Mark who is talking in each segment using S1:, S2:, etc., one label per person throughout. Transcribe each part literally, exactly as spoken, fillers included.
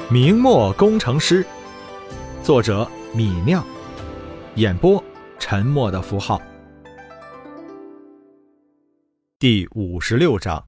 S1: 明末工程师，作者米酿，演播沉默的符号。第五十六章，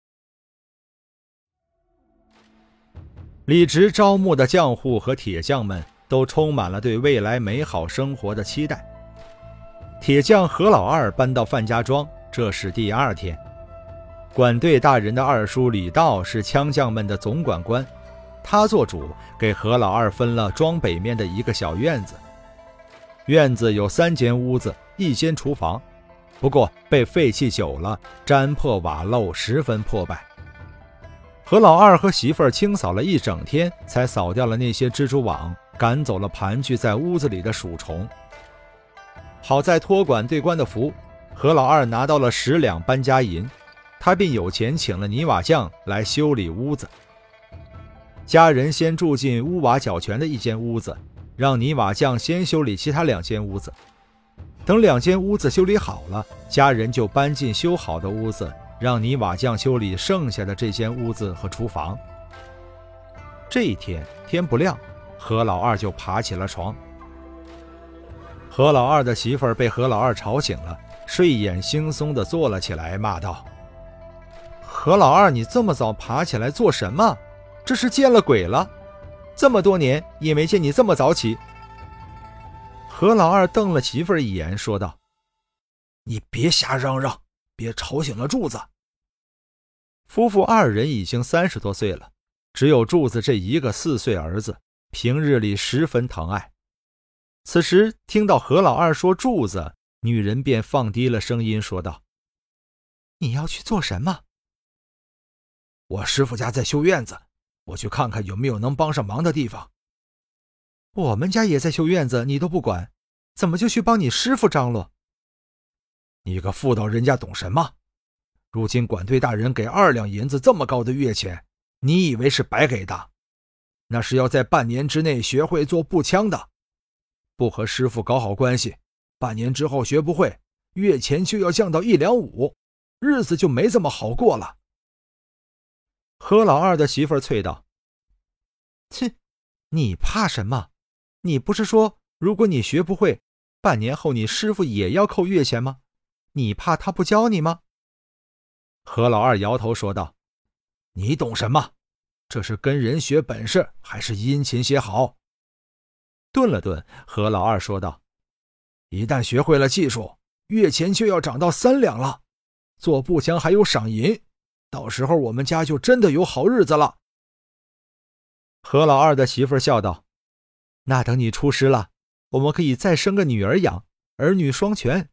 S1: 李直招募的匠户和铁匠们都充满了对未来美好生活的期待。铁匠何老二搬到范家庄，这是第二天。管队大人的二叔李道是枪匠们的总管官，他做主给何老二分了庄北面的一个小院子。院子有三间屋子，一间厨房，不过被废弃久了，粘破瓦漏，十分破败。何老二和媳妇儿清扫了一整天，才扫掉了那些蜘蛛网，赶走了盘踞在屋子里的鼠虫。好在托管队官的福，何老二拿到了十两搬家银，他便有钱请了泥瓦匠来修理屋子。家人先住进屋瓦较全的一间屋子，让泥瓦匠先修理其他两间屋子。等两间屋子修理好了，家人就搬进修好的屋子，让泥瓦匠修理剩下的这间屋子和厨房。这一天天不亮，何老二就爬起了床。何老二的媳妇儿被何老二吵醒了，睡眼惺忪地坐了起来，骂道：何老二，你这么早爬起来做什么？这是见了鬼了，这么多年也没见你这么早起。何老二瞪了媳妇儿一眼，说道：你别瞎嚷嚷，别吵醒了柱子。夫妇二人已经三十多岁了，只有柱子这一个四岁儿子，平日里十分疼爱。此时听到何老二说柱子，女人便放低了声音说道：你要去做什么？我师傅家在修院子，我去看看有没有能帮上忙的地方。我们家也在修院子，你都不管，怎么就去帮你师傅张罗？你个妇道人家懂什么？如今管队大人给二两银子这么高的月钱，你以为是白给的？那是要在半年之内学会做步枪的。不和师傅搞好关系，半年之后学不会，月钱就要降到一两五，日子就没这么好过了。何老二的媳妇儿啐道：切，你怕什么？你不是说如果你学不会，半年后你师傅也要扣月钱吗？你怕他不教你吗？何老二摇头说道：你懂什么？这是跟人学本事，还是殷勤些好？顿了顿，何老二说道：一旦学会了技术，月钱就要涨到三两了，做步枪还有赏银，到时候我们家就真的有好日子了。何老二的媳妇笑道：那等你出师了，我们可以再生个女儿养，儿女双全。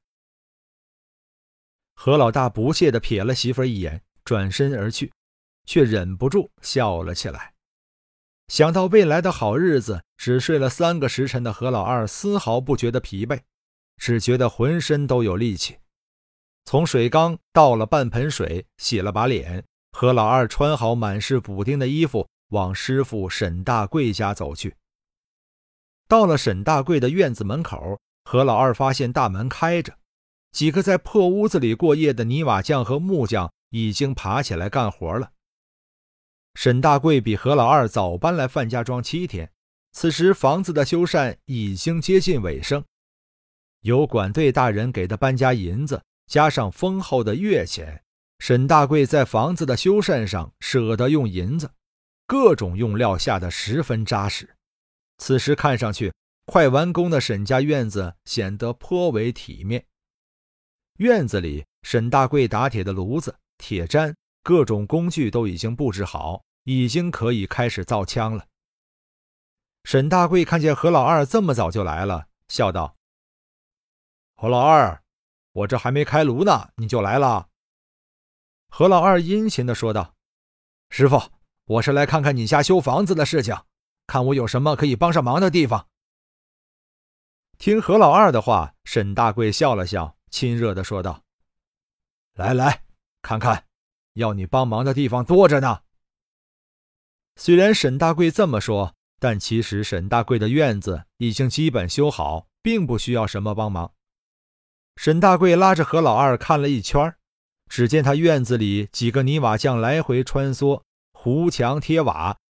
S1: 何老大不屑地瞥了媳妇一眼，转身而去，却忍不住笑了起来。想到未来的好日子，只睡了三个时辰的何老二丝毫不觉得疲惫，只觉得浑身都有力气。从水缸倒了半盆水，洗了把脸，何老二穿好满是补丁的衣服，往师傅沈大贵家走去。到了沈大贵的院子门口，何老二发现大门开着，几个在破屋子里过夜的泥瓦匠和木匠已经爬起来干活了。沈大贵比何老二早搬来范家庄七天，此时房子的修缮已经接近尾声。有管队大人给的搬家银子，加上丰厚的月钱，沈大贵在房子的修缮上舍得用银子，各种用料下得十分扎实。此时看上去，快完工的沈家院子显得颇为体面。院子里，沈大贵打铁的炉子、铁砧，各种工具都已经布置好，已经可以开始造枪了。沈大贵看见何老二这么早就来了，笑道：何老二，我这还没开炉呢，你就来了。何老二殷勤地说道：师傅，我是来看看你家修房子的事情，看我有什么可以帮上忙的地方。听何老二的话，沈大贵笑了笑，亲热地说道：来来，看看，要你帮忙的地方多着呢。虽然沈大贵这么说，但其实沈大贵的院子已经基本修好，并不需要什么帮忙。沈大贵拉着何老二看了一圈，只见他院子里几个泥瓦匠来回穿梭，糊墙贴瓦，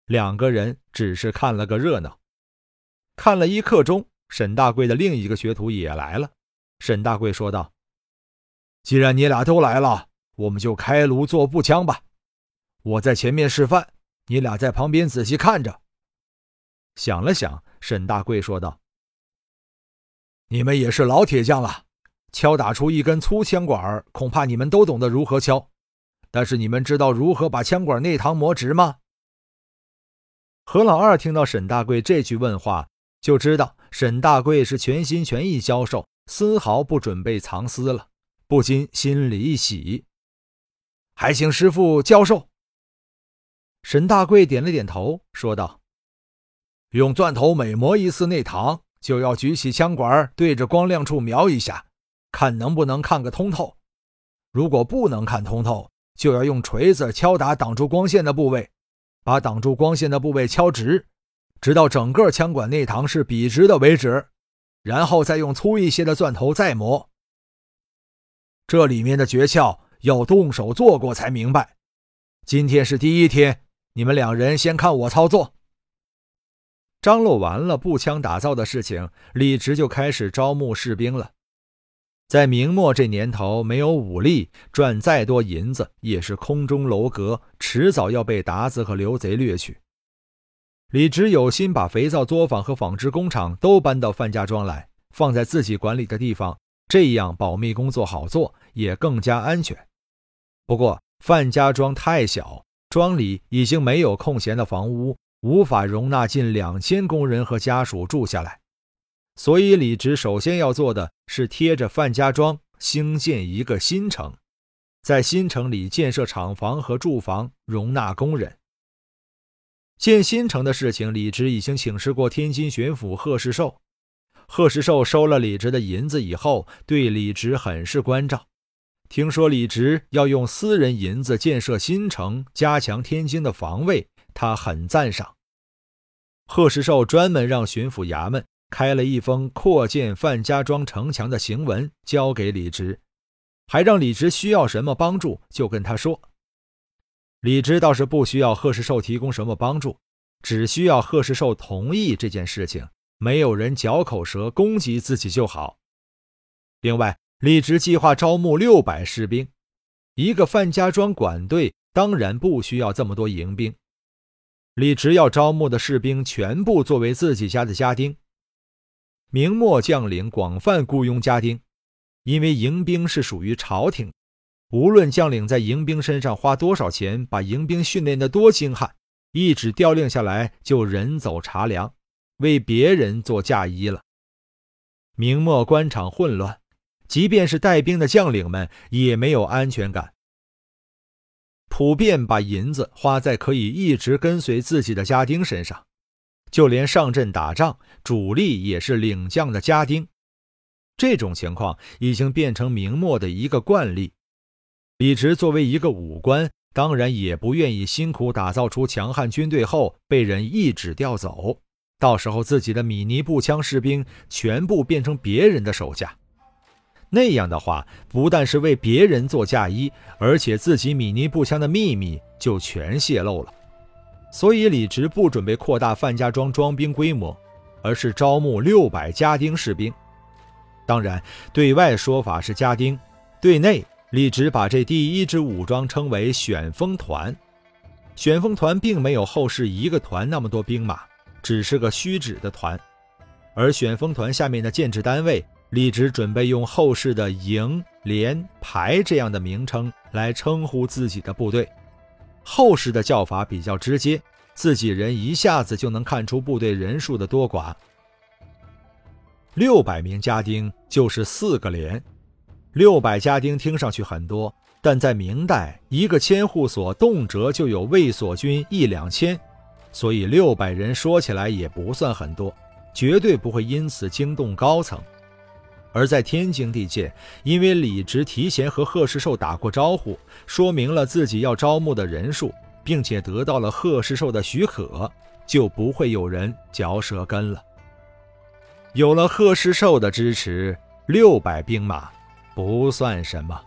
S1: 两个人只是看了个热闹。看了一刻钟，沈大贵的另一个学徒也来了。沈大贵说道：既然你俩都来了，我们就开炉做步枪吧。我在前面示范，你俩在旁边仔细看着。想了想，沈大贵说道：你们也是老铁匠了，敲打出一根粗枪管，恐怕你们都懂得如何敲，但是你们知道如何把枪管内膛磨直吗？何老二听到沈大贵这句问话，就知道沈大贵是全心全意教授，丝毫不准备藏私了，不禁心里一喜。还请师傅教授。沈大贵点了点头，说道：用钻头每磨一次内膛，就要举起枪管对着光亮处瞄一下，看能不能看个通透。如果不能看通透，就要用锤子敲打挡住光线的部位，把挡住光线的部位敲直，直到整个枪管内膛是笔直的为止，然后再用粗一些的钻头再磨。这里面的诀窍要动手做过才明白。今天是第一天，你们两人先看我操作。张罗完了步枪打造的事情，李直就开始招募士兵了。在明末这年头，没有武力，赚再多银子也是空中楼阁，迟早要被鞑子和刘贼掠去。李直有心把肥皂作坊和纺织工厂都搬到范家庄来，放在自己管理的地方，这样保密工作好做，也更加安全。不过范家庄太小，庄里已经没有空闲的房屋，无法容纳近两千工人和家属住下来。所以李直首先要做的是贴着范家庄兴建一个新城，在新城里建设厂房和住房，容纳工人。建新城的事情，李直已经请示过天津巡抚贺世寿。贺世寿收了李直的银子以后，对李直很是关照。听说李直要用私人银子建设新城，加强天津的防卫，他很赞赏。贺世寿专门让巡抚衙门开了一封扩建范家庄城墙的行文，交给李直，还让李直需要什么帮助就跟他说。李直倒是不需要贺世寿提供什么帮助，只需要贺世寿同意这件事情，没有人嚼口舌攻击自己就好。另外，李直计划招募六百士兵，一个范家庄管队当然不需要这么多营兵。李直要招募的士兵全部作为自己家的家丁。明末将领广泛雇佣家丁，因为营兵是属于朝廷，无论将领在营兵身上花多少钱，把营兵训练得多精悍，一纸调令下来就人走茶凉，为别人做嫁衣了。明末官场混乱，即便是带兵的将领们也没有安全感，普遍把银子花在可以一直跟随自己的家丁身上，就连上阵打仗，主力也是领将的家丁。这种情况已经变成明末的一个惯例。李直作为一个武官，当然也不愿意辛苦打造出强悍军队后被人一指调走，到时候自己的米尼步枪士兵全部变成别人的手下。那样的话，不但是为别人做嫁衣，而且自己米尼步枪的秘密就全泄露了。所以李直不准备扩大范家庄装兵规模，而是招募六百家丁士兵。当然，对外说法是家丁，对内李直把这第一支武装称为旋风团。旋风团并没有后世一个团那么多兵马，只是个虚指的团。而旋风团下面的建制单位，李直准备用后世的营、连、排这样的名称来称呼自己的部队。后世的叫法比较直接，自己人一下子就能看出部队人数的多寡。六百名家丁就是四个连。六百家丁听上去很多，但在明代，一个千户所动辄就有卫所军一两千，所以六百人说起来也不算很多，绝对不会因此惊动高层。而在天津地界，因为李直提前和贺世寿打过招呼，说明了自己要招募的人数，并且得到了贺世寿的许可，就不会有人嚼舌根了。有了贺世寿的支持，六百兵马不算什么。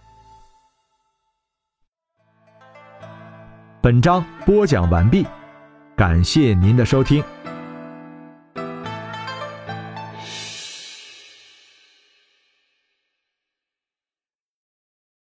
S2: 本章播讲完毕，
S1: 感谢您的收听。